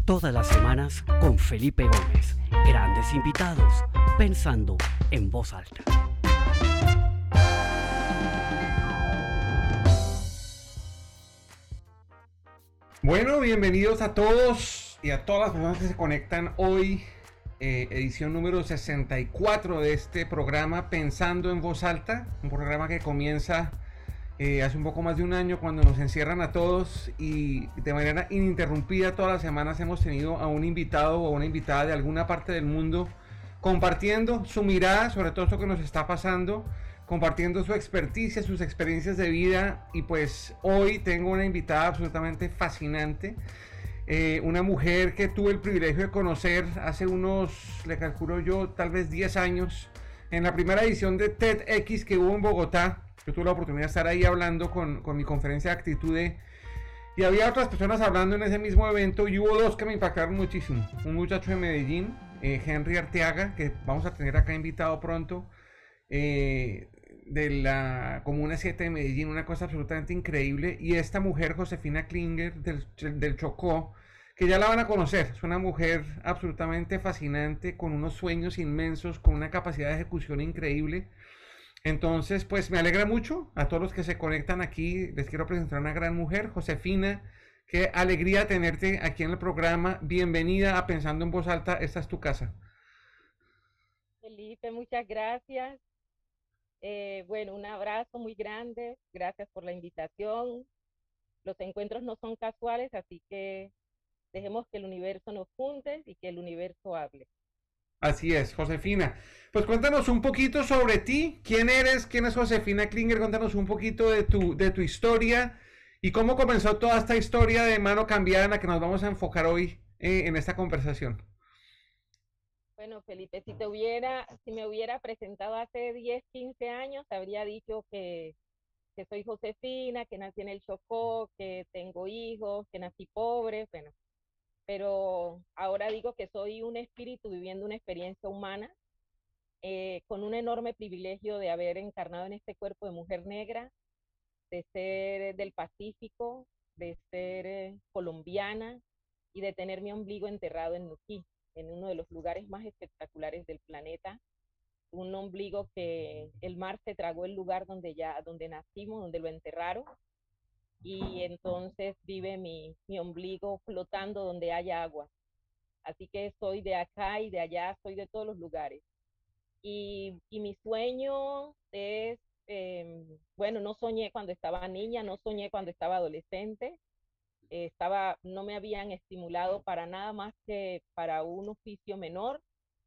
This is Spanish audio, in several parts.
Todas las semanas con Felipe Gómez. Grandes invitados, pensando en voz alta. Bueno, bienvenidos a todos y a todas las personas que se conectan hoy, edición número 64 de este programa Pensando en Voz Alta, un programa que comienza hace un poco más de un año cuando nos encierran a todos y de manera ininterrumpida todas las semanas hemos tenido a un invitado o una invitada de alguna parte del mundo compartiendo su mirada sobre todo esto que nos está pasando, compartiendo su experticia, sus experiencias de vida. Y pues hoy tengo una invitada absolutamente fascinante, una mujer que tuve el privilegio de conocer hace unos, le calculo yo, tal vez 10 años, en la primera edición de TEDx que hubo en Bogotá. Yo tuve la oportunidad de estar ahí hablando con mi conferencia de Actitude y había otras personas hablando en ese mismo evento y hubo dos que me impactaron muchísimo. Un muchacho de Medellín, Henry Arteaga, que vamos a tener acá invitado pronto, de la Comuna 7 de Medellín, una cosa absolutamente increíble. Y esta mujer, Josefina Klinger, del Chocó, que ya la van a conocer. Es una mujer absolutamente fascinante, con unos sueños inmensos, con una capacidad de ejecución increíble. Entonces, pues me alegra mucho a todos los que se conectan aquí. Les quiero presentar a una gran mujer, Josefina. Qué alegría tenerte aquí en el programa. Bienvenida a Pensando en Voz Alta. Esta es tu casa. Felipe, muchas gracias. Bueno, un abrazo muy grande. Gracias por la invitación. Los encuentros no son casuales, así que dejemos que el universo nos junte y que el universo hable. Así es, Josefina. Pues cuéntanos un poquito sobre ti. ¿Quién eres? ¿Quién es Josefina Klinger? Cuéntanos un poquito de tu historia y cómo comenzó toda esta historia de mano cambiada en la que nos vamos a enfocar hoy en esta conversación. Bueno, Felipe, si me hubiera presentado hace 10, 15 años, te habría dicho que soy Josefina, que nací en el Chocó, que tengo hijos, que nací pobre, bueno, pero ahora digo que soy un espíritu viviendo una experiencia humana, con un enorme privilegio de haber encarnado en este cuerpo de mujer negra, de ser del Pacífico, de ser colombiana y de tener mi ombligo enterrado en Nuquí, en uno de los lugares más espectaculares del planeta. Un ombligo que el mar se tragó el lugar donde nacimos, donde lo enterraron, y entonces vive mi ombligo flotando donde haya agua. Así que soy de acá y de allá, soy de todos los lugares. Y mi sueño es, bueno, no soñé cuando estaba niña, no soñé cuando estaba adolescente, no me habían estimulado para nada más que para un oficio menor,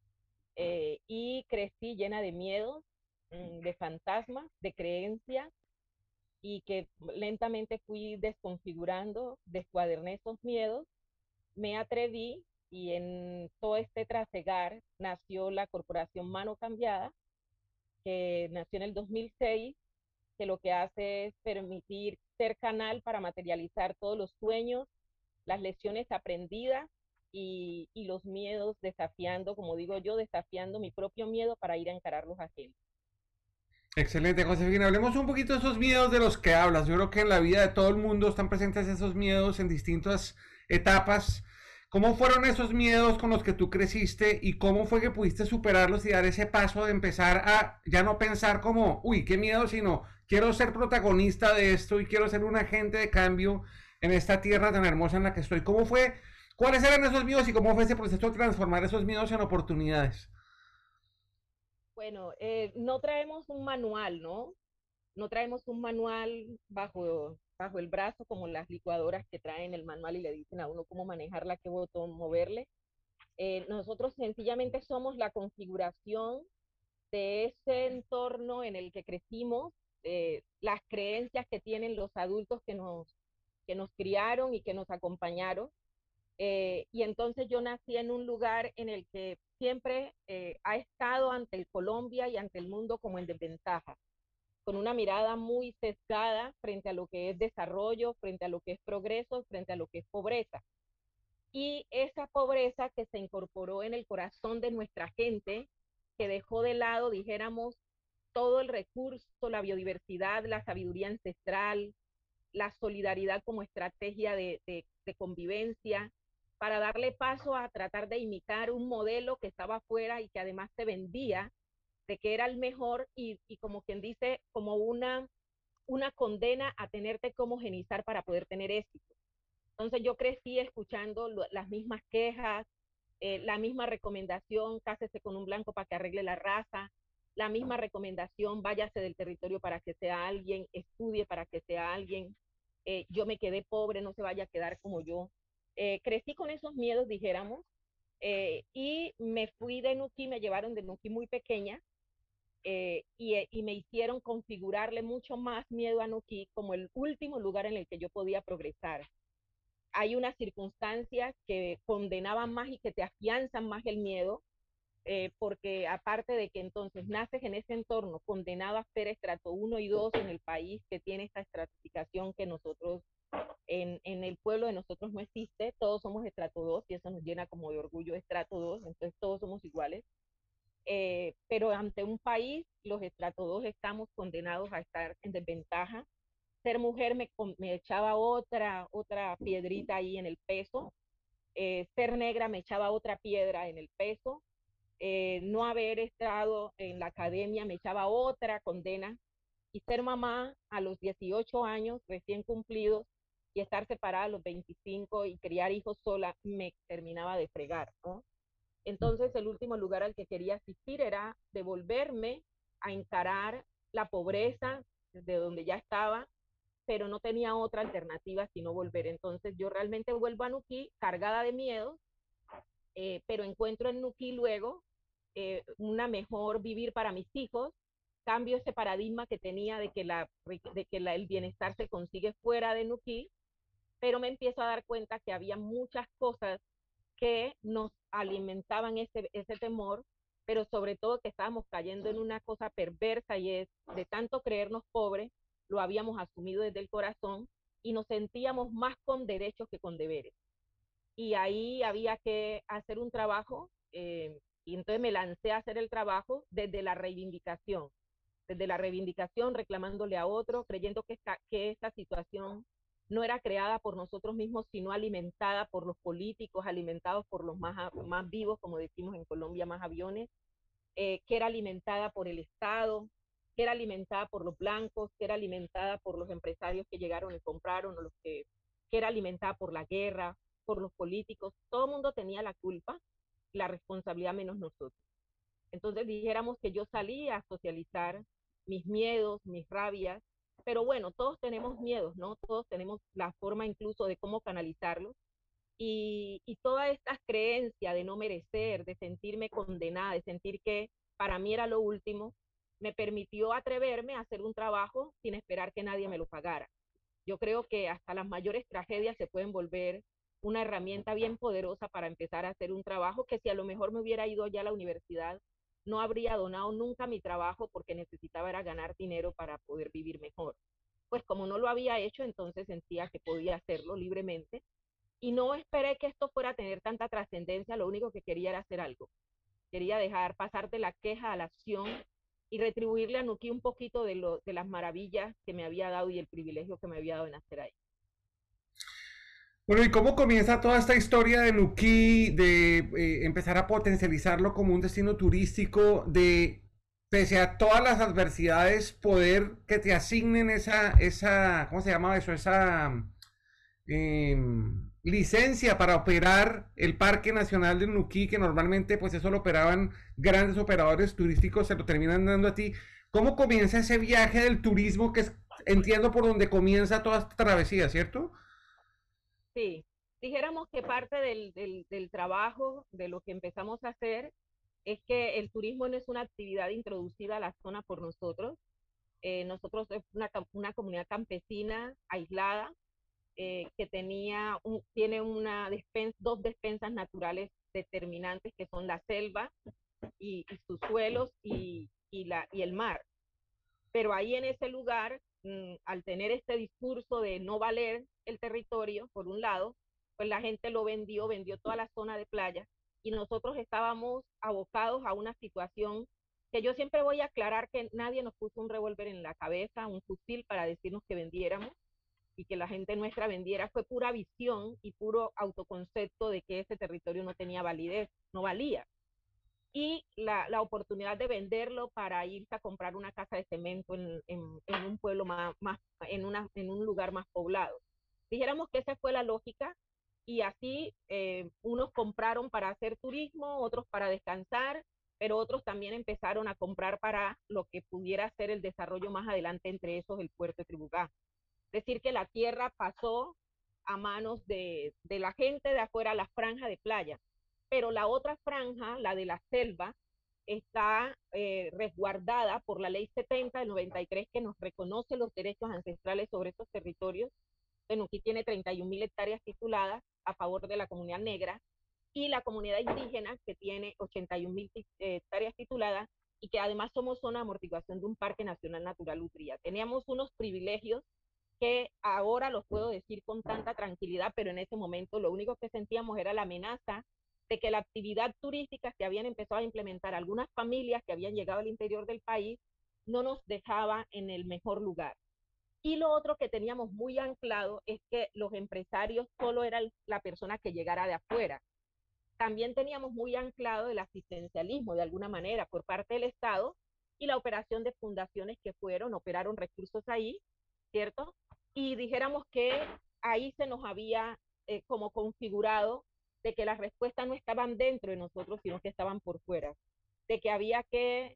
y crecí llena de miedos, de fantasmas, de creencias, y que lentamente fui desconfigurando, descuaderné esos miedos, me atreví y en todo este trasegar nació la corporación Mano Cambiada, que nació en el 2006, que lo que hace es permitir ser canal para materializar todos los sueños, las lecciones aprendidas y los miedos, desafiando, como digo yo, desafiando mi propio miedo para ir a encarar los ajenos. Excelente, Josefina. Hablemos un poquito de esos miedos de los que hablas. Yo creo que en la vida de todo el mundo están presentes esos miedos en distintas etapas. ¿Cómo fueron esos miedos con los que tú creciste y cómo fue que pudiste superarlos y dar ese paso de empezar a ya no pensar como, uy, qué miedo, sino quiero ser protagonista de esto y quiero ser un agente de cambio en esta tierra tan hermosa en la que estoy? ¿Cómo fue? ¿Cuáles eran esos miedos y cómo fue ese proceso de transformar esos miedos en oportunidades? Bueno, no traemos un manual, ¿no? No traemos un manual bajo el brazo como las licuadoras que traen el manual y le dicen a uno cómo manejarla, qué botón moverle. Nosotros sencillamente somos la configuración de ese entorno en el que crecimos, las creencias que tienen los adultos que nos criaron y que nos acompañaron. Y entonces yo nací en un lugar en el que siempre ha estado ante el Colombia y ante el mundo como en desventaja, con una mirada muy sesgada frente a lo que es desarrollo, frente a lo que es progreso, frente a lo que es pobreza. Y esa pobreza que se incorporó en el corazón de nuestra gente, que dejó de lado, dijéramos, todo el recurso, la biodiversidad, la sabiduría ancestral, la solidaridad como estrategia de convivencia, para darle paso a tratar de imitar un modelo que estaba afuera y que además se vendía de que era el mejor y como quien dice, como una condena a tenerte que homogenizar para poder tener éxito. Entonces yo crecí escuchando las mismas quejas, la misma recomendación, cásese con un blanco para que arregle la raza, la misma recomendación, váyase del territorio para que sea alguien, estudie para que sea alguien, yo me quedé pobre, no se vaya a quedar como yo. Crecí con esos miedos, dijéramos, y me fui de Nuquí, me llevaron de Nuquí muy pequeña, y me hicieron configurarle mucho más miedo a Nuquí como el último lugar en el que yo podía progresar. Hay unas circunstancias que condenaban más y que te afianzan más el miedo, porque aparte de que entonces naces en ese entorno condenado a ser estrato 1 y 2 en el país que tiene esta estratificación que nosotros, en el pueblo de nosotros no existe, todos somos estrato 2 y eso nos llena como de orgullo estrato 2, entonces todos somos iguales. Pero ante un país, los estrato 2 estamos condenados a estar en desventaja. Ser mujer me echaba otra piedrita ahí en el peso, ser negra me echaba otra piedra en el peso, no haber estado en la academia me echaba otra condena, y ser mamá a los 18 años recién cumplidos y estar separada a los 25 y criar hijos sola me terminaba de fregar, ¿no? Entonces el último lugar al que quería asistir era devolverme a encarar la pobreza de donde ya estaba, pero no tenía otra alternativa sino volver. Entonces yo realmente vuelvo a Nuquí cargada de miedo, pero encuentro en Nuquí luego una mejor vivir para mis hijos, cambio ese paradigma que tenía de que el bienestar se consigue fuera de Nuquí, pero me empiezo a dar cuenta que había muchas cosas que nos alimentaban ese temor, pero sobre todo que estábamos cayendo en una cosa perversa y es de tanto creernos pobres, lo habíamos asumido desde el corazón y nos sentíamos más con derechos que con deberes. Y ahí había que hacer un trabajo, y entonces me lancé a hacer el trabajo desde la reivindicación, reclamándole a otro, creyendo que esta situación no era creada por nosotros mismos, sino alimentada por los políticos, alimentados por los más vivos, como decimos en Colombia, más aviones, que era alimentada por el Estado, que era alimentada por los blancos, que era alimentada por los empresarios que llegaron y compraron, o que era alimentada por la guerra, por los políticos. Todo el mundo tenía la culpa, la responsabilidad menos nosotros. Entonces dijéramos que yo salí a socializar mis miedos, mis rabias, pero bueno, todos tenemos miedos, ¿no? Todos tenemos la forma incluso de cómo canalizarlos. Y toda esta creencia de no merecer, de sentirme condenada, de sentir que para mí era lo último, me permitió atreverme a hacer un trabajo sin esperar que nadie me lo pagara. Yo creo que hasta las mayores tragedias se pueden volver una herramienta bien poderosa para empezar a hacer un trabajo que si a lo mejor me hubiera ido ya a la universidad, no habría donado nunca mi trabajo porque necesitaba era ganar dinero para poder vivir mejor. Pues como no lo había hecho, entonces sentía que podía hacerlo libremente y no esperé que esto fuera a tener tanta trascendencia, lo único que quería era hacer algo. Quería dejar pasar de la queja a la acción y retribuirle a Nuki un poquito de las maravillas que me había dado y el privilegio que me había dado en hacer ahí. Bueno, ¿y cómo comienza toda esta historia de Nuquí, de empezar a potencializarlo como un destino turístico, de, pese a todas las adversidades, poder que te asignen ¿cómo se llama eso? Esa licencia para operar el Parque Nacional de Nuquí, que normalmente pues eso lo operaban grandes operadores turísticos, se lo terminan dando a ti. ¿Cómo comienza ese viaje del turismo que entiendo por donde comienza toda esta travesía, ¿cierto? Sí, dijéramos que parte del trabajo, de lo que empezamos a hacer, es que el turismo no es una actividad introducida a la zona por nosotros. Nosotros es una comunidad campesina aislada, que tiene dos despensas naturales determinantes que son la selva y sus suelos y el mar. Pero ahí en ese lugar, al tener este discurso de no valer el territorio, por un lado, pues la gente vendió toda la zona de playa y nosotros estábamos abocados a una situación que yo siempre voy a aclarar que nadie nos puso un revólver en la cabeza, un fusil para decirnos que vendiéramos. y que la gente nuestra vendiera fue pura visión y puro autoconcepto de que ese territorio no tenía validez, no valía. Y la oportunidad de venderlo para irse a comprar una casa de cemento en un pueblo en un lugar más poblado. Dijéramos que esa fue la lógica y así unos compraron para hacer turismo, otros para descansar, pero otros también empezaron a comprar para lo que pudiera ser el desarrollo más adelante, entre esos el puerto de Tribugá. Es decir, que la tierra pasó a manos de la gente de afuera, la franja de playa, pero la otra franja, la de la selva, está resguardada por la ley 70 del 93 que nos reconoce los derechos ancestrales sobre estos territorios. Bueno, aquí tiene 31.000 hectáreas tituladas a favor de la comunidad negra y la comunidad indígena que tiene 81.000 hectáreas tituladas y que además somos zona de amortiguación de un parque nacional natural Utría. Teníamos unos privilegios que ahora los puedo decir con tanta tranquilidad, pero en ese momento lo único que sentíamos era la amenaza de que la actividad turística que habían empezado a implementar algunas familias que habían llegado al interior del país no nos dejaba en el mejor lugar. Y lo otro que teníamos muy anclado es que los empresarios solo eran la persona que llegara de afuera. También teníamos muy anclado el asistencialismo de alguna manera por parte del Estado y la operación de fundaciones que operaron recursos ahí, ¿cierto? Y dijéramos que ahí se nos había como configurado de que las respuestas no estaban dentro de nosotros, sino que estaban por fuera, de que había que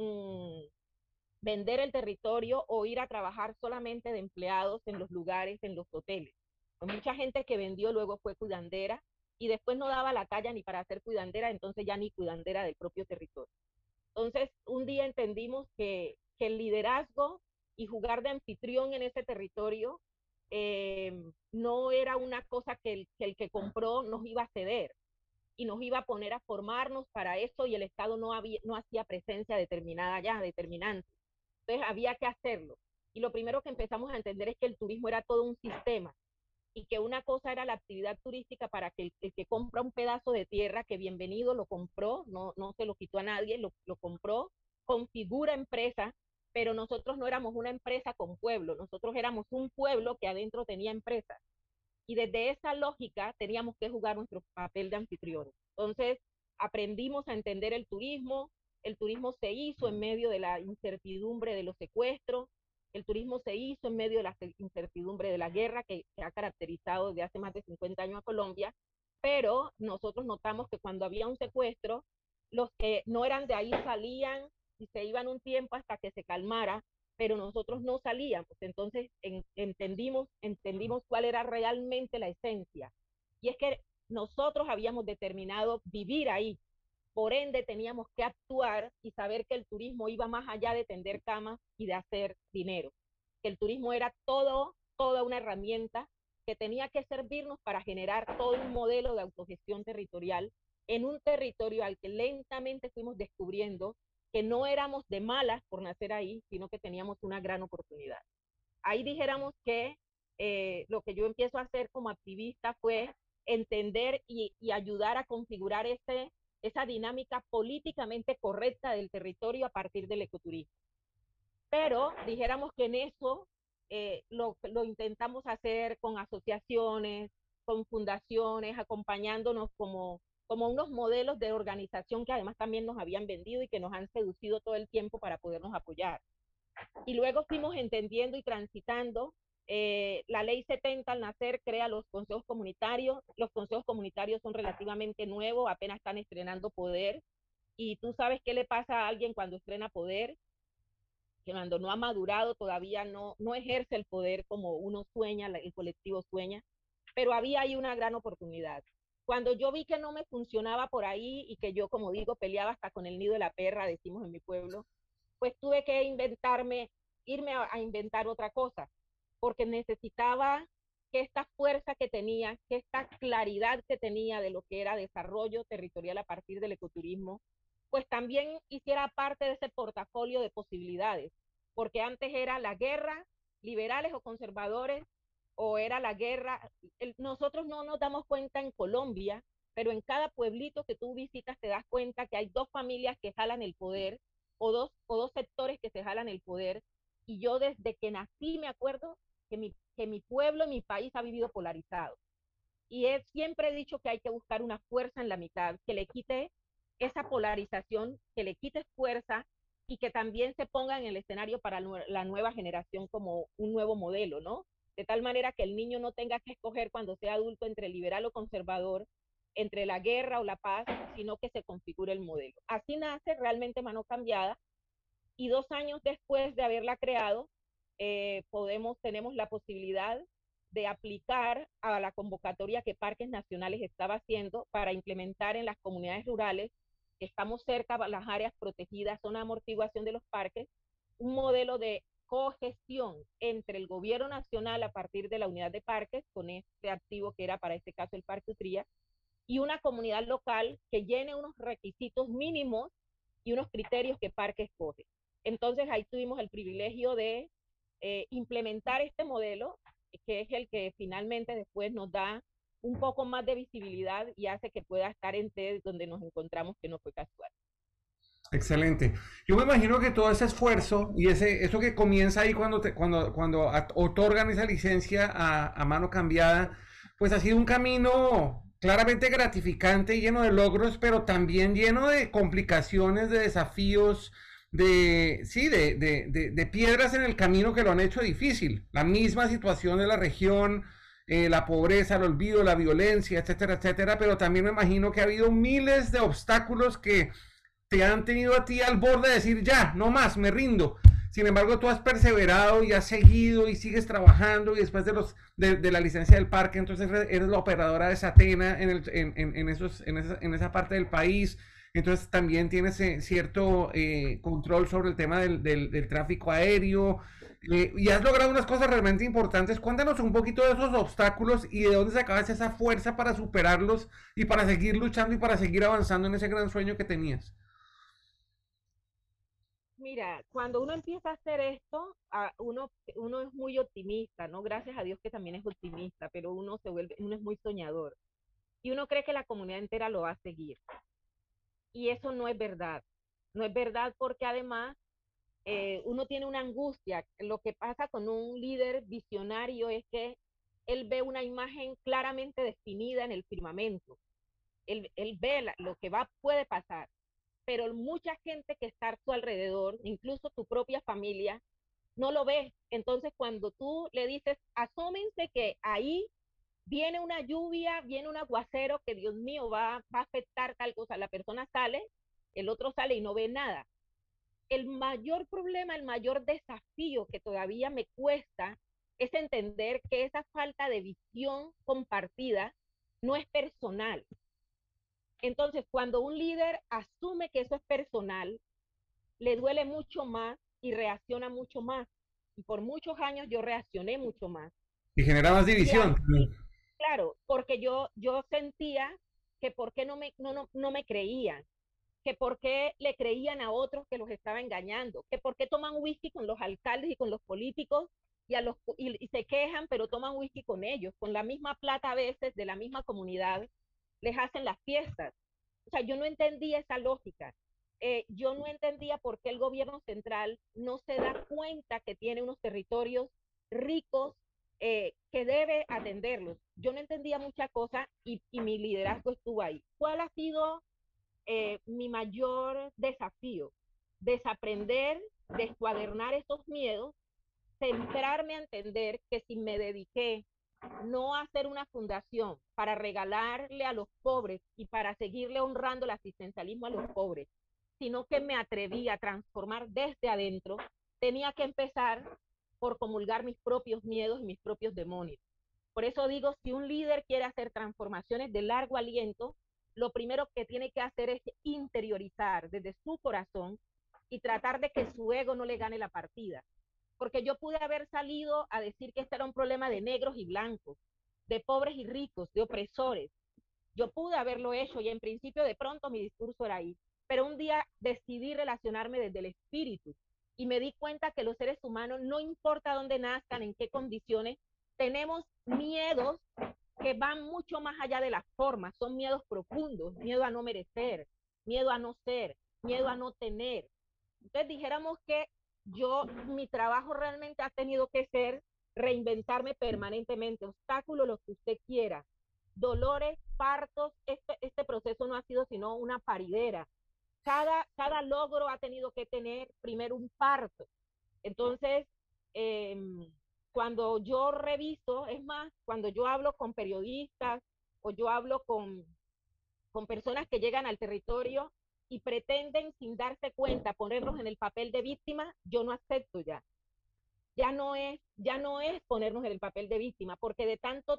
vender el territorio o ir a trabajar solamente de empleados en los lugares, en los hoteles. Pues mucha gente que vendió luego fue cuidandera y después no daba la talla ni para ser cuidandera, entonces ya ni cuidandera del propio territorio. Entonces, un día entendimos que el liderazgo y jugar de anfitrión en ese territorio no era una cosa que el que compró nos iba a ceder y nos iba a poner a formarnos para eso y el Estado no hacía presencia determinada ya, determinante. Entonces había que hacerlo. Y lo primero que empezamos a entender es que el turismo era todo un sistema y que una cosa era la actividad turística para que el que compra un pedazo de tierra, que bienvenido lo compró, no se lo quitó a nadie, lo compró, configura empresa, pero nosotros no éramos una empresa con pueblo, nosotros éramos un pueblo que adentro tenía empresas. Y desde esa lógica teníamos que jugar nuestro papel de anfitriones. Entonces aprendimos a entender el turismo se hizo en medio de la incertidumbre de los secuestros, el turismo se hizo en medio de la incertidumbre de la guerra que ha caracterizado desde hace más de 50 años a Colombia, pero nosotros notamos que cuando había un secuestro, los que no eran de ahí salían y se iban un tiempo hasta que se calmara, pero nosotros no salíamos. Entonces entendimos cuál era realmente la esencia. Y es que nosotros habíamos determinado vivir ahí, por ende teníamos que actuar y saber que el turismo iba más allá de tender camas y de hacer dinero, que el turismo era toda una herramienta que tenía que servirnos para generar todo un modelo de autogestión territorial en un territorio al que lentamente fuimos descubriendo que no éramos de malas por nacer ahí, sino que teníamos una gran oportunidad. Ahí dijéramos que lo que yo empiezo a hacer como activista fue entender y ayudar a configurar esa dinámica políticamente correcta del territorio a partir del ecoturismo. Pero dijéramos que en eso lo intentamos hacer con asociaciones, con fundaciones, acompañándonos como unos modelos de organización que además también nos habían vendido y que nos han seducido todo el tiempo para podernos apoyar. Y luego fuimos entendiendo y transitando. La ley 70 al nacer crea los consejos comunitarios. Los consejos comunitarios son relativamente nuevos, apenas están estrenando poder. Y tú sabes qué le pasa a alguien cuando estrena poder, que cuando no ha madurado todavía no ejerce el poder como uno sueña, el colectivo sueña, pero había ahí una gran oportunidad. Cuando yo vi que no me funcionaba por ahí y que yo, como digo, peleaba hasta con el nido de la perra, decimos en mi pueblo, pues tuve que irme a inventar otra cosa, porque necesitaba que esta fuerza que tenía, que esta claridad que tenía de lo que era desarrollo territorial a partir del ecoturismo, pues también hiciera parte de ese portafolio de posibilidades, porque antes era la guerra, liberales o conservadores, o era la guerra, nosotros no nos damos cuenta en Colombia, pero en cada pueblito que tú visitas te das cuenta que hay dos familias que jalan el poder, o dos sectores que se jalan el poder, y yo desde que nací me acuerdo que mi pueblo y mi país ha vivido polarizado. Y siempre he dicho que hay que buscar una fuerza en la mitad, que le quite esa polarización, que le quite fuerza y que también se ponga en el escenario para la nueva generación como un nuevo modelo, ¿no? De tal manera que el niño no tenga que escoger cuando sea adulto entre liberal o conservador, entre la guerra o la paz, sino que se configure el modelo. Así nace realmente Mano Cambiada, y 2 años después de haberla creado, tenemos la posibilidad de aplicar a la convocatoria que Parques Nacionales estaba haciendo para implementar en las comunidades rurales que estamos cerca de las áreas protegidas, zona de amortiguación de los parques, un modelo de cogestión entre el gobierno nacional a partir de la unidad de parques, con este activo que era para este caso el Parque Utría, y una comunidad local que llene unos requisitos mínimos y unos criterios que Parque escoge. Entonces ahí tuvimos el privilegio de implementar este modelo, que es el que finalmente después nos da un poco más de visibilidad y hace que pueda estar en TED donde nos encontramos, que no fue casual. Excelente. Yo me imagino que todo ese esfuerzo y eso que comienza ahí cuando otorgan esa licencia a Mano Cambiada, pues ha sido un camino claramente gratificante y lleno de logros, pero también lleno de complicaciones, de desafíos, de piedras en el camino que lo han hecho difícil. La misma situación de la región, la pobreza, el olvido, la violencia, etcétera, etcétera, pero también me imagino que ha habido miles de obstáculos que te han tenido a ti al borde de decir ya, no más, me rindo. Sin embargo, tú has perseverado y has seguido y sigues trabajando y después de la licencia del parque, entonces eres la operadora de Satena en esa parte del país. Entonces también tienes cierto control sobre el tema del tráfico aéreo. Y has logrado unas cosas realmente importantes. Cuéntanos un poquito de esos obstáculos y de dónde sacabas esa fuerza para superarlos y para seguir luchando y para seguir avanzando en ese gran sueño que tenías. Mira, cuando uno empieza a hacer esto, uno es muy optimista, ¿no? Gracias a Dios que también es optimista, pero uno es muy soñador. Y uno cree que la comunidad entera lo va a seguir. Y eso no es verdad. No es verdad porque además uno tiene una angustia. Lo que pasa con un líder visionario es que él ve una imagen claramente definida en el firmamento. Él ve lo que puede pasar, pero mucha gente que está a su alrededor, incluso tu propia familia, no lo ve. Entonces, cuando tú le dices, asómense que ahí viene una lluvia, viene un aguacero que Dios mío va a afectar tal cosa, la persona sale, el otro sale y no ve nada. El mayor problema, el mayor desafío que todavía me cuesta es entender que esa falta de visión compartida no es personal. Entonces, cuando un líder asume que eso es personal, le duele mucho más y reacciona mucho más. Y por muchos años yo reaccioné mucho más. Y genera más Y división. así, claro, porque yo sentía que por qué no me creían, que por qué le creían a otros que los estaba engañando, que por qué toman whisky con los alcaldes y con los políticos y se quejan, pero toman whisky con ellos, con la misma plata a veces de la misma comunidad, les hacen las fiestas. O sea, yo no entendía esa lógica. Yo no entendía por qué el gobierno central no se da cuenta que tiene unos territorios ricos que debe atenderlos. Yo no entendía muchas cosas y mi liderazgo estuvo ahí. ¿Cuál ha sido mi mayor desafío? Desaprender, descuadernar estos miedos, centrarme a entender que si me dediqué no a hacer una fundación para regalarle a los pobres y para seguirle honrando el asistencialismo a los pobres, sino que me atreví a transformar desde adentro, tenía que empezar por comulgar mis propios miedos y mis propios demonios. Por eso digo, si un líder quiere hacer transformaciones de largo aliento, lo primero que tiene que hacer es interiorizar desde su corazón y tratar de que su ego no le gane la partida. Porque yo pude haber salido a decir que este era un problema de negros y blancos, de pobres y ricos, de opresores. Yo pude haberlo hecho y en principio de pronto mi discurso era ahí. Pero un día decidí relacionarme desde el espíritu y me di cuenta que los seres humanos, no importa dónde nazcan, en qué condiciones, tenemos miedos que van mucho más allá de las formas, son miedos profundos, miedo a no merecer, miedo a no ser, miedo a no tener. Entonces dijéramos que mi trabajo realmente ha tenido que ser reinventarme permanentemente, obstáculos los que usted quiera, dolores, partos, este proceso no ha sido sino una paridera. Cada logro ha tenido que tener primero un parto. Entonces, eh, cuando yo reviso, es más, cuando yo hablo con periodistas o yo hablo con personas que llegan al territorio y pretenden sin darse cuenta ponernos en el papel de víctima, yo no acepto ya. Ya no es ponernos en el papel de víctima, porque de tanto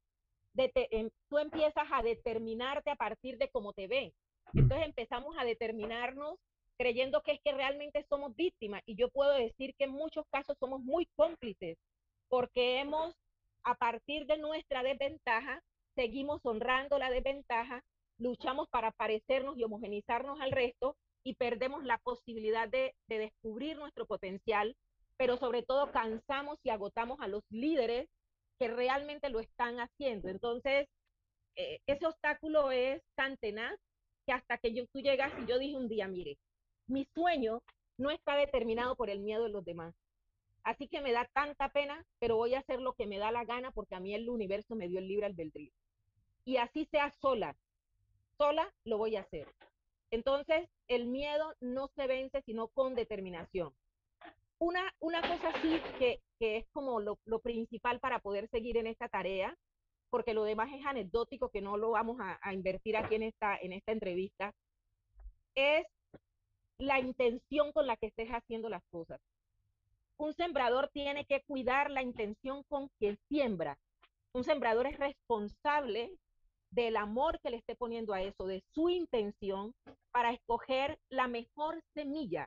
tú empiezas a determinarte a partir de cómo te ven. Entonces empezamos a determinarnos creyendo que es que realmente somos víctimas, y yo puedo decir que en muchos casos somos muy cómplices, porque a partir de nuestra desventaja, seguimos honrando la desventaja, luchamos para parecernos y homogenizarnos al resto, y perdemos la posibilidad de descubrir nuestro potencial, pero sobre todo cansamos y agotamos a los líderes que realmente lo están haciendo. Entonces, ese obstáculo es tan tenaz que hasta que tú llegas y yo dije un día, mire, mi sueño no está determinado por el miedo de los demás. Así que me da tanta pena, pero voy a hacer lo que me da la gana porque a mí el universo me dio el libre albedrío. Y así sea sola lo voy a hacer. Entonces, el miedo no se vence sino con determinación. Una cosa sí que es como lo principal para poder seguir en esta tarea, porque lo demás es anecdótico, que no lo vamos a invertir aquí en esta entrevista, es la intención con la que estés haciendo las cosas. Un sembrador tiene que cuidar la intención con que siembra. Un sembrador es responsable del amor que le esté poniendo a eso, de su intención, para escoger la mejor semilla,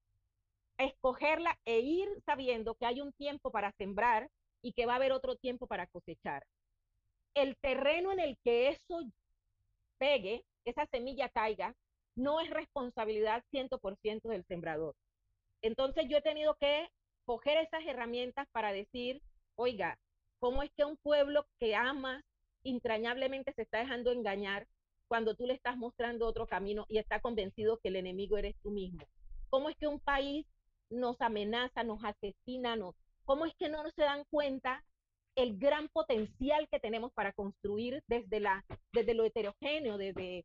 escogerla e ir sabiendo que hay un tiempo para sembrar y que va a haber otro tiempo para cosechar. El terreno en el que eso pegue, esa semilla caiga, no es responsabilidad 100% del sembrador. Entonces yo he tenido que coger esas herramientas para decir, oiga, ¿cómo es que un pueblo que ama entrañablemente se está dejando engañar cuando tú le estás mostrando otro camino y está convencido que el enemigo eres tú mismo? ¿Cómo es que un país nos amenaza, nos asesina, cómo es que no se dan cuenta el gran potencial que tenemos para construir desde lo heterogéneo,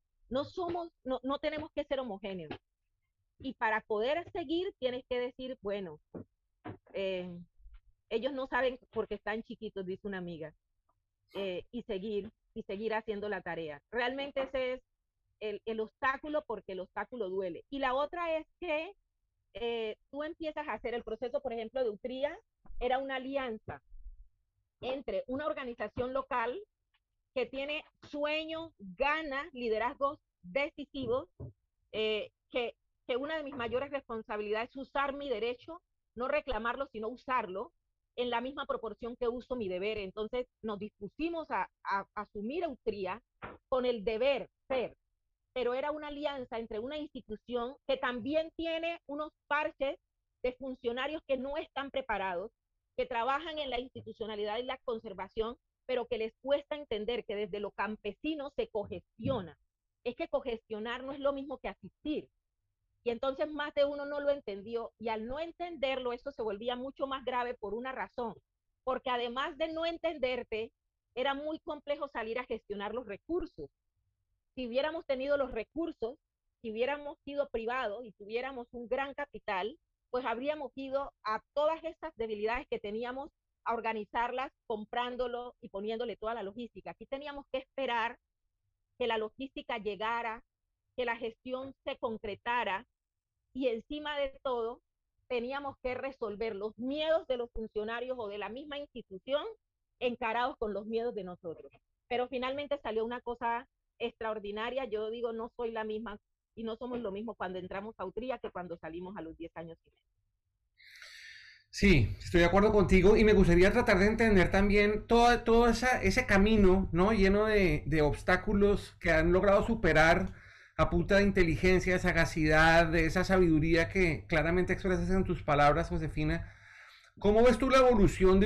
no tenemos que ser homogéneos? Y para poder seguir tienes que decir, bueno, ellos no saben porque están chiquitos, dice una amiga, y seguir haciendo la tarea. Realmente ese es el obstáculo, porque el obstáculo duele. Y la otra es que tú empiezas a hacer el proceso, por ejemplo, de UTRIA, era una alianza entre una organización local que tiene sueños, ganas, liderazgos decisivos, que una de mis mayores responsabilidades es usar mi derecho, no reclamarlo, sino usarlo en la misma proporción que uso mi deber. Entonces nos dispusimos a asumir UTRIA con el deber ser, pero era una alianza entre una institución que también tiene unos parches de funcionarios que no están preparados, que trabajan en la institucionalidad y la conservación, pero que les cuesta entender que desde lo campesino se cogestiona. Es que cogestionar no es lo mismo que asistir. Y entonces más de uno no lo entendió, y al no entenderlo, eso se volvía mucho más grave por una razón, porque además de no entenderte, era muy complejo salir a gestionar los recursos. Si hubiéramos tenido los recursos, si hubiéramos sido privados y tuviéramos un gran capital, pues habríamos ido a todas esas debilidades que teníamos a organizarlas, comprándolo y poniéndole toda la logística. Aquí teníamos que esperar que la logística llegara, que la gestión se concretara, y encima de todo teníamos que resolver los miedos de los funcionarios o de la misma institución encarados con los miedos de nosotros. Pero finalmente salió una cosa extraordinaria. Yo digo, no soy la misma y no somos lo mismo cuando entramos a UTRIA que cuando salimos a los 10 años y medio. Sí, estoy de acuerdo contigo, y me gustaría tratar de entender también todo ese camino, ¿no? Lleno de obstáculos que han logrado superar a punta de inteligencia, de sagacidad, de esa sabiduría que claramente expresas en tus palabras, Josefina. ¿Cómo ves tú la evolución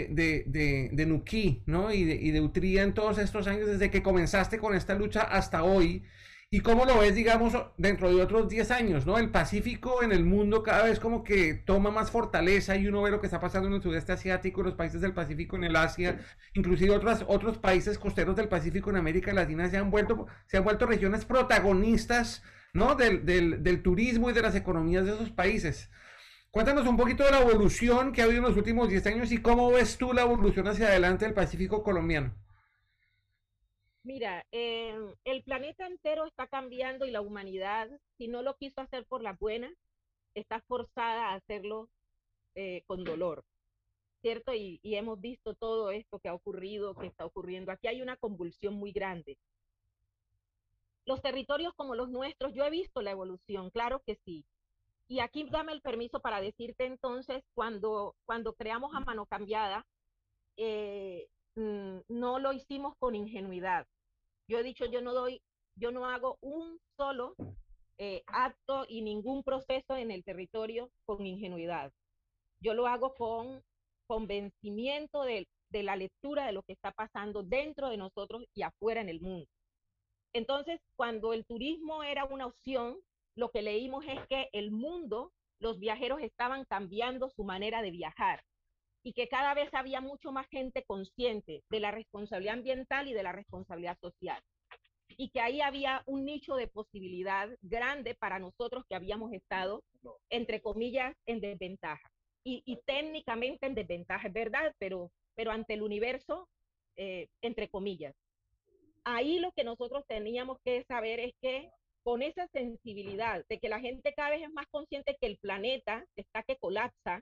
de Nuquí, ¿no? y de UTRIA en todos estos años, desde que comenzaste con esta lucha hasta hoy? ¿Y cómo lo ves, digamos, dentro de otros 10 años, ¿no? El Pacífico en el mundo cada vez como que toma más fortaleza y uno ve lo que está pasando en el sudeste asiático, en los países del Pacífico, en el Asia, inclusive otros países costeros del Pacífico en América Latina se han vuelto regiones protagonistas, ¿no? Del turismo y de las economías de esos países. Cuéntanos un poquito de la evolución que ha habido en los últimos 10 años y cómo ves tú la evolución hacia adelante del Pacífico colombiano. Mira, el planeta entero está cambiando y la humanidad, si no lo quiso hacer por las buenas, está forzada a hacerlo con dolor, ¿cierto? Y hemos visto todo esto que ha ocurrido, que está ocurriendo. Aquí hay una convulsión muy grande. Los territorios como los nuestros, yo he visto la evolución, claro que sí. Y aquí dame el permiso para decirte entonces, cuando creamos a Mano Cambiada, no lo hicimos con ingenuidad. Yo he dicho, yo no hago un solo acto y ningún proceso en el territorio con ingenuidad. Yo lo hago con convencimiento de la lectura de lo que está pasando dentro de nosotros y afuera en el mundo. Entonces, cuando el turismo era una opción, lo que leímos es que el mundo, los viajeros estaban cambiando su manera de viajar y que cada vez había mucho más gente consciente de la responsabilidad ambiental y de la responsabilidad social. Y que ahí había un nicho de posibilidad grande para nosotros que habíamos estado, entre comillas, en desventaja. Y técnicamente en desventaja, es verdad, pero ante el universo, entre comillas. Ahí lo que nosotros teníamos que saber es que con esa sensibilidad de que la gente cada vez es más consciente que el planeta está que colapsa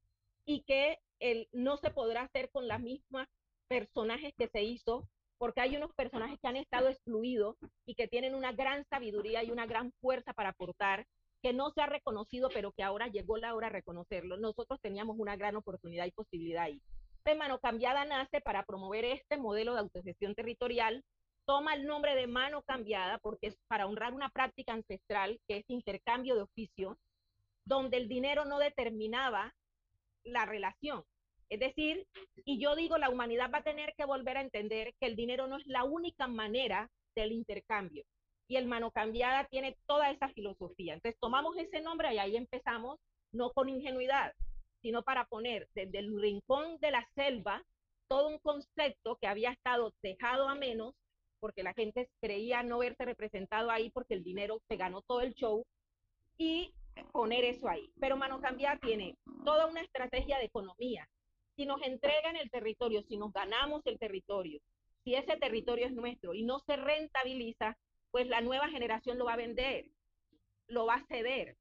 y que no se podrá hacer con las mismas personajes que se hizo, porque hay unos personajes que han estado excluidos y que tienen una gran sabiduría y una gran fuerza para aportar, que no se ha reconocido, pero que ahora llegó la hora de reconocerlo. Nosotros teníamos una gran oportunidad y posibilidad ahí. Entonces, Mano Cambiada nace para promover este modelo de autogestión territorial, toma el nombre de Mano Cambiada porque es para honrar una práctica ancestral que es intercambio de oficio, donde el dinero no determinaba la relación. Es decir, y yo digo, la humanidad va a tener que volver a entender que el dinero no es la única manera del intercambio. Y el Mano Cambiada tiene toda esa filosofía. Entonces tomamos ese nombre y ahí empezamos, no con ingenuidad, sino para poner desde el rincón de la selva todo un concepto que había estado dejado a menos, porque la gente creía no verse representado ahí porque el dinero se ganó todo el show, y poner eso ahí. Pero Mano Cambiada tiene toda una estrategia de economía. Si nos entregan el territorio, si nos ganamos el territorio, si ese territorio es nuestro y no se rentabiliza, pues la nueva generación lo va a vender, lo va a ceder.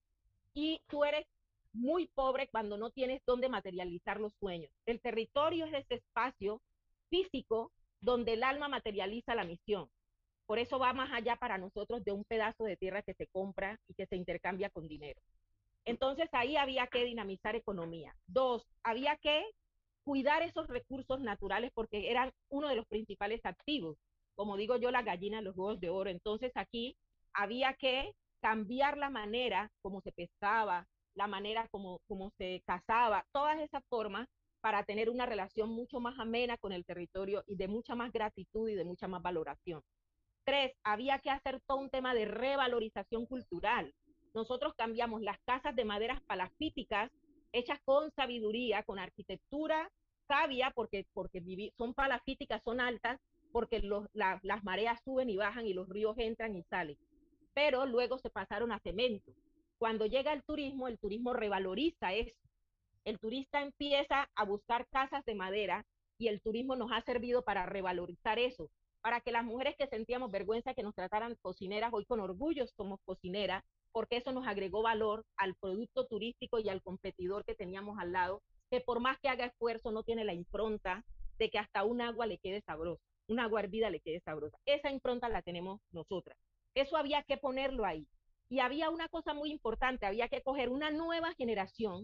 Y tú eres muy pobre cuando no tienes dónde materializar los sueños. El territorio es ese espacio físico donde el alma materializa la misión. Por eso va más allá para nosotros de un pedazo de tierra que se compra y que se intercambia con dinero. Entonces ahí había que dinamizar economía. Dos, había que cuidar esos recursos naturales porque eran uno de los principales activos. Como digo yo, la gallina, los huevos de oro. Entonces aquí había que cambiar la manera como se pescaba, la manera como se cazaba, todas esas formas para tener una relación mucho más amena con el territorio y de mucha más gratitud y de mucha más valoración. Tres, había que hacer todo un tema de revalorización cultural. Nosotros cambiamos las casas de maderas palafíticas, hechas con sabiduría, con arquitectura sabia, porque son palafíticas, son altas, porque las mareas suben y bajan y los ríos entran y salen. Pero luego se pasaron a cemento. Cuando llega el turismo revaloriza eso. El turista empieza a buscar casas de madera y el turismo nos ha servido para revalorizar eso, para que las mujeres que sentíamos vergüenza que nos trataran cocineras, hoy con orgullo somos cocineras, porque eso nos agregó valor al producto turístico y al competidor que teníamos al lado, que por más que haga esfuerzo no tiene la impronta de que hasta un agua le quede sabrosa, un agua hervida le quede sabrosa. Esa impronta la tenemos nosotras. Eso había que ponerlo ahí. Y había una cosa muy importante, había que coger una nueva generación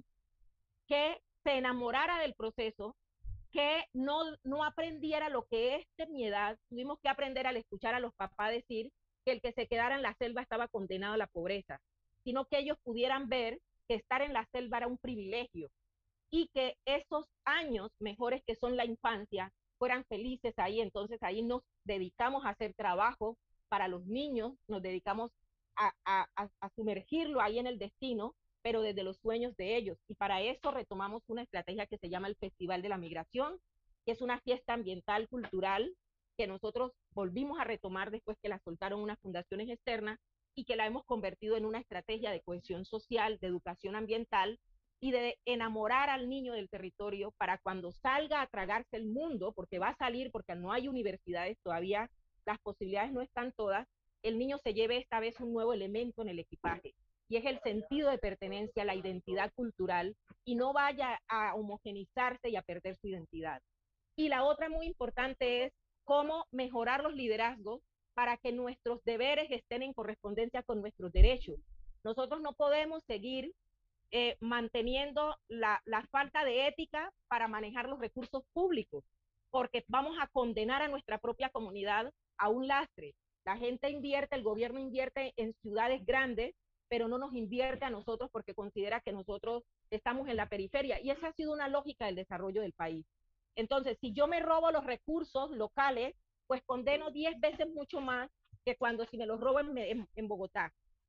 que se enamorara del proceso, que no aprendiera lo que es de mi edad. Tuvimos que aprender al escuchar a los papás decir que el que se quedara en la selva estaba condenado a la pobreza, sino que ellos pudieran ver que estar en la selva era un privilegio y que esos años mejores que son la infancia fueran felices ahí. Entonces ahí nos dedicamos a hacer trabajo para los niños, nos dedicamos a sumergirlo ahí en el destino, pero desde los sueños de ellos. Y para eso retomamos una estrategia que se llama el Festival de la Migración, que es una fiesta ambiental, cultural, que nosotros volvimos a retomar después que la soltaron unas fundaciones externas y que la hemos convertido en una estrategia de cohesión social, de educación ambiental y de enamorar al niño del territorio para cuando salga a tragarse el mundo, porque va a salir, porque no hay universidades todavía, las posibilidades no están todas, el niño se lleve esta vez un nuevo elemento en el equipaje, y es el sentido de pertenencia, la identidad cultural, y no vaya a homogenizarse y a perder su identidad. Y la otra muy importante es cómo mejorar los liderazgos para que nuestros deberes estén en correspondencia con nuestros derechos. Nosotros no podemos seguir manteniendo la falta de ética para manejar los recursos públicos, porque vamos a condenar a nuestra propia comunidad a un lastre. La gente invierte, el gobierno invierte en ciudades grandes, pero no nos invierte a nosotros porque considera que nosotros estamos en la periferia. Y esa ha sido una lógica del desarrollo del país. Entonces, si yo me robo los recursos locales, pues condeno 10 veces mucho más que cuando si me los robo en Bogotá.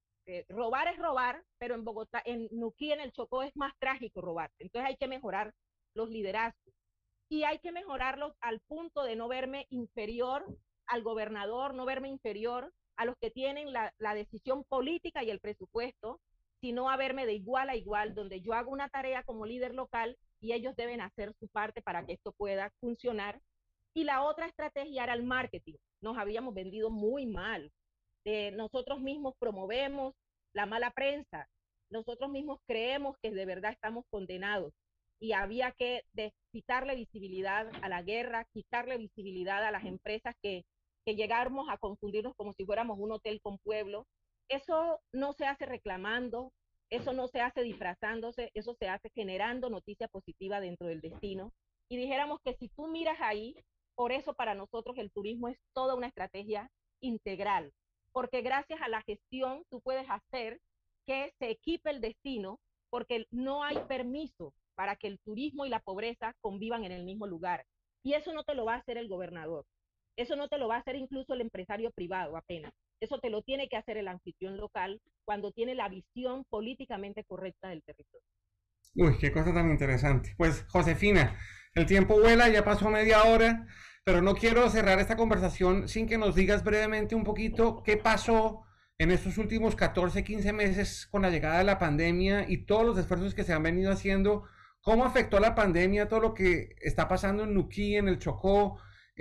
Robar es robar, pero en Bogotá, en Nuquí, en el Chocó, es más trágico robar. Entonces hay que mejorar los liderazgos y hay que mejorarlos al punto de no verme inferior al gobernador, no verme inferior a los que tienen la decisión política y el presupuesto, sino a verme de igual a igual, donde yo hago una tarea como líder local y ellos deben hacer su parte para que esto pueda funcionar. Y la otra estrategia era el marketing. Nos habíamos vendido muy mal. Nosotros mismos promovemos la mala prensa. Nosotros mismos creemos que de verdad estamos condenados y había que quitarle visibilidad a la guerra, quitarle visibilidad a las empresas que llegáramos a confundirnos como si fuéramos un hotel con pueblo. Eso no se hace reclamando, eso no se hace disfrazándose, eso se hace generando noticia positiva dentro del destino. Y dijéramos que si tú miras ahí, por eso para nosotros el turismo es toda una estrategia integral, porque gracias a la gestión tú puedes hacer que se equipe el destino, porque no hay permiso para que el turismo y la pobreza convivan en el mismo lugar. Y eso no te lo va a hacer el gobernador, eso no te lo va a hacer incluso el empresario privado apenas. Eso te lo tiene que hacer el anfitrión local cuando tiene la visión políticamente correcta del territorio. Uy, qué cosa tan interesante. Pues, Josefina, el tiempo vuela, ya pasó media hora, pero no quiero cerrar esta conversación sin que nos digas brevemente un poquito qué pasó en estos últimos 14, 15 meses con la llegada de la pandemia y todos los esfuerzos que se han venido haciendo. ¿Cómo afectó la pandemia todo lo que está pasando en Nuquí, en el Chocó,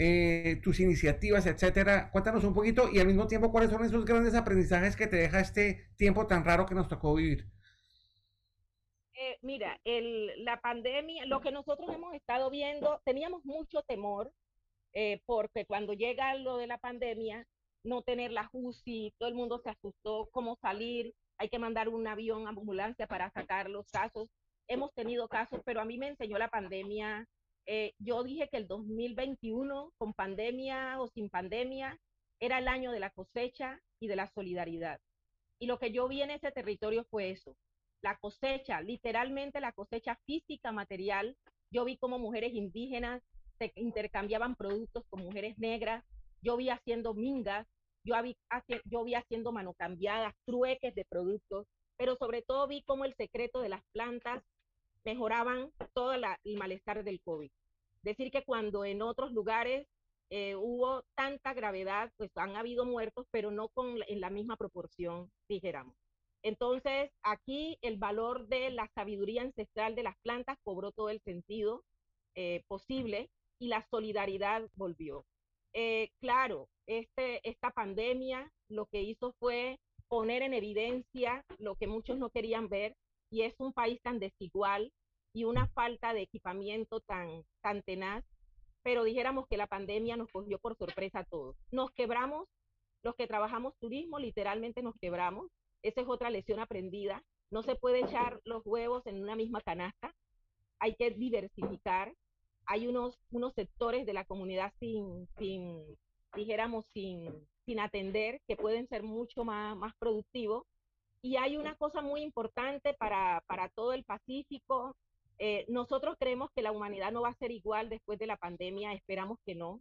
tus iniciativas, etcétera? Cuéntanos un poquito y al mismo tiempo cuáles son esos grandes aprendizajes que te deja este tiempo tan raro que nos tocó vivir. Mira, la pandemia, lo que nosotros hemos estado viendo, teníamos mucho temor porque cuando llega lo de la pandemia, no tener la UCI, todo el mundo se asustó, cómo salir, hay que mandar un avión, ambulancia para sacar los casos. Hemos tenido casos, pero a mí me enseñó la pandemia. Yo dije que el 2021, con pandemia o sin pandemia, era el año de la cosecha y de la solidaridad. Y lo que yo vi en ese territorio fue eso, la cosecha, literalmente la cosecha física, material. Yo vi como mujeres indígenas se intercambiaban productos con mujeres negras, yo vi haciendo mingas, yo vi haciendo manocambiadas, trueques de productos, pero sobre todo vi cómo el secreto de las plantas mejoraban todo el malestar del COVID. Decir que cuando en otros lugares hubo tanta gravedad, pues han habido muertos, pero no en la misma proporción, dijéramos. Entonces, aquí el valor de la sabiduría ancestral de las plantas cobró todo el sentido posible y la solidaridad volvió. Claro, esta pandemia lo que hizo fue poner en evidencia lo que muchos no querían ver, y es un país tan desigual y una falta de equipamiento tan tenaz, pero dijéramos que la pandemia nos cogió por sorpresa a todos. Nos quebramos, los que trabajamos turismo, literalmente nos quebramos. Esa es otra lección aprendida. No se puede echar los huevos en una misma canasta, hay que diversificar. Hay unos sectores de la comunidad dijéramos, sin atender, que pueden ser mucho más productivos. Y hay una cosa muy importante para todo el Pacífico. Nosotros creemos que la humanidad no va a ser igual después de la pandemia, esperamos que no.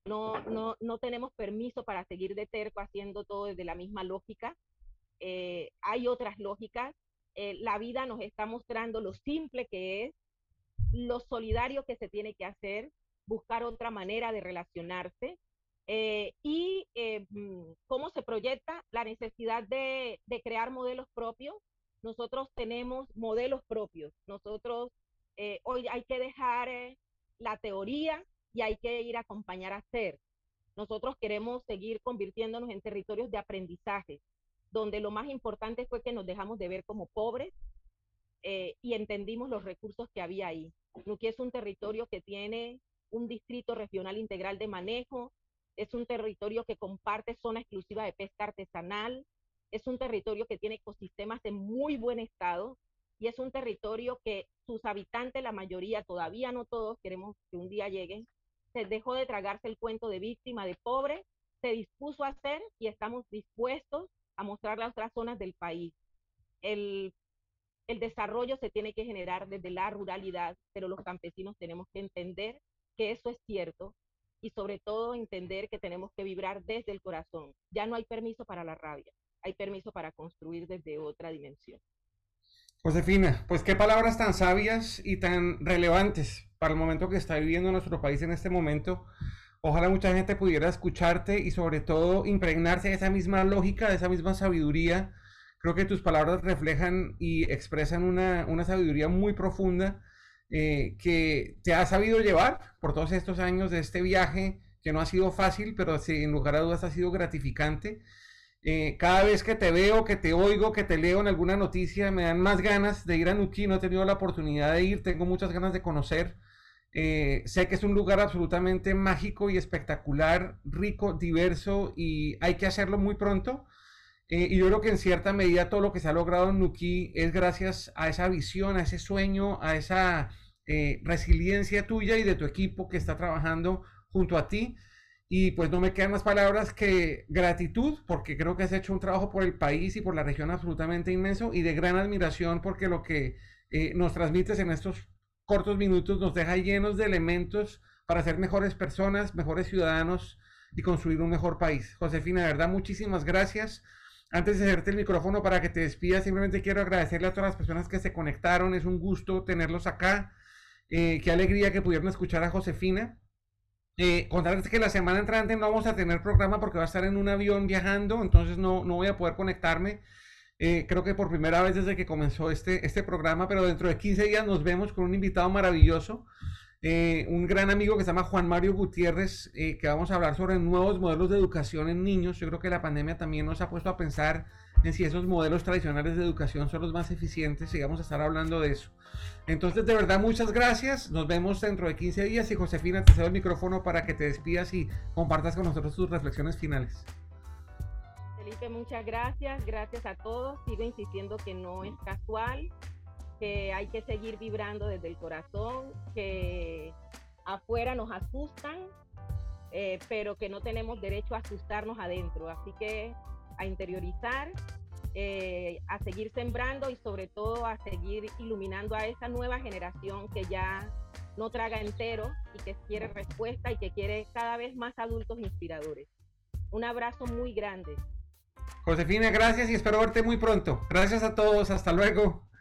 no tenemos permiso para seguir de terco haciendo todo desde la misma lógica. Hay otras lógicas. La vida nos está mostrando lo simple que es, lo solidario que se tiene que hacer, buscar otra manera de relacionarse, y cómo se proyecta la necesidad de crear modelos propios. Nosotros tenemos modelos propios. Nosotros hoy hay que dejar la teoría y hay que ir a acompañar a hacer. Nosotros queremos seguir convirtiéndonos en territorios de aprendizaje, donde lo más importante fue que nos dejamos de ver como pobres, y entendimos los recursos que había ahí. Nuquí es un territorio que tiene un distrito regional integral de manejo, es un territorio que comparte zona exclusiva de pesca artesanal, es un territorio que tiene ecosistemas en muy buen estado, y es un territorio que sus habitantes, la mayoría, todavía no todos, queremos que un día lleguen, se dejó de tragarse el cuento de víctima, de pobre, se dispuso a hacer, y estamos dispuestos a mostrarle a otras zonas del país. El desarrollo se tiene que generar desde la ruralidad, pero los campesinos tenemos que entender que eso es cierto, y sobre todo entender que tenemos que vibrar desde el corazón. Ya no hay permiso para la rabia, hay permiso para construir desde otra dimensión. Josefina, pues qué palabras tan sabias y tan relevantes para el momento que está viviendo nuestro país en este momento. Ojalá mucha gente pudiera escucharte y sobre todo impregnarse de esa misma lógica, de esa misma sabiduría. Creo que tus palabras reflejan y expresan una sabiduría muy profunda, que te ha sabido llevar por todos estos años de este viaje, que no ha sido fácil, pero sin lugar a dudas ha sido gratificante. Cada vez que te veo, que te oigo, que te leo en alguna noticia, me dan más ganas de ir a Nuquí. No he tenido la oportunidad de ir, tengo muchas ganas de conocer. Sé que es un lugar absolutamente mágico y espectacular, rico, diverso, y hay que hacerlo muy pronto. Y yo creo que en cierta medida todo lo que se ha logrado en Nuquí es gracias a esa visión, a ese sueño, a esa resiliencia tuya y de tu equipo que está trabajando junto a ti. Y pues no me quedan más palabras que gratitud, porque creo que has hecho un trabajo por el país y por la región absolutamente inmenso, y de gran admiración porque lo que nos transmites en estos cortos minutos nos deja llenos de elementos para ser mejores personas, mejores ciudadanos y construir un mejor país. Josefina, de verdad, muchísimas gracias. Antes de hacerte el micrófono para que te despidas, simplemente quiero agradecerle a todas las personas que se conectaron. Es un gusto tenerlos acá. Qué alegría que pudieron escuchar a Josefina. Contarles que la semana entrante no vamos a tener programa porque va a estar en un avión viajando, entonces no voy a poder conectarme. Creo que por primera vez desde que comenzó este programa, pero dentro de 15 días nos vemos con un invitado maravilloso, un gran amigo que se llama Juan Mario Gutiérrez, que vamos a hablar sobre nuevos modelos de educación en niños. Yo creo que la pandemia también nos ha puesto a pensar en si esos modelos tradicionales de educación son los más eficientes, y vamos a estar hablando de eso. Entonces, de verdad, muchas gracias. Nos vemos dentro de 15 días. Y Josefina, te cedo el micrófono para que te despidas y compartas con nosotros tus reflexiones finales. Felipe, muchas gracias. Gracias a todos. Sigo insistiendo que no es casual, que hay que seguir vibrando desde el corazón, que afuera nos asustan, pero que no tenemos derecho a asustarnos adentro. Así que a interiorizar, a seguir sembrando y sobre todo a seguir iluminando a esa nueva generación que ya no traga entero y que quiere respuesta y que quiere cada vez más adultos inspiradores. Un abrazo muy grande. Josefina, gracias y espero verte muy pronto. Gracias a todos, hasta luego.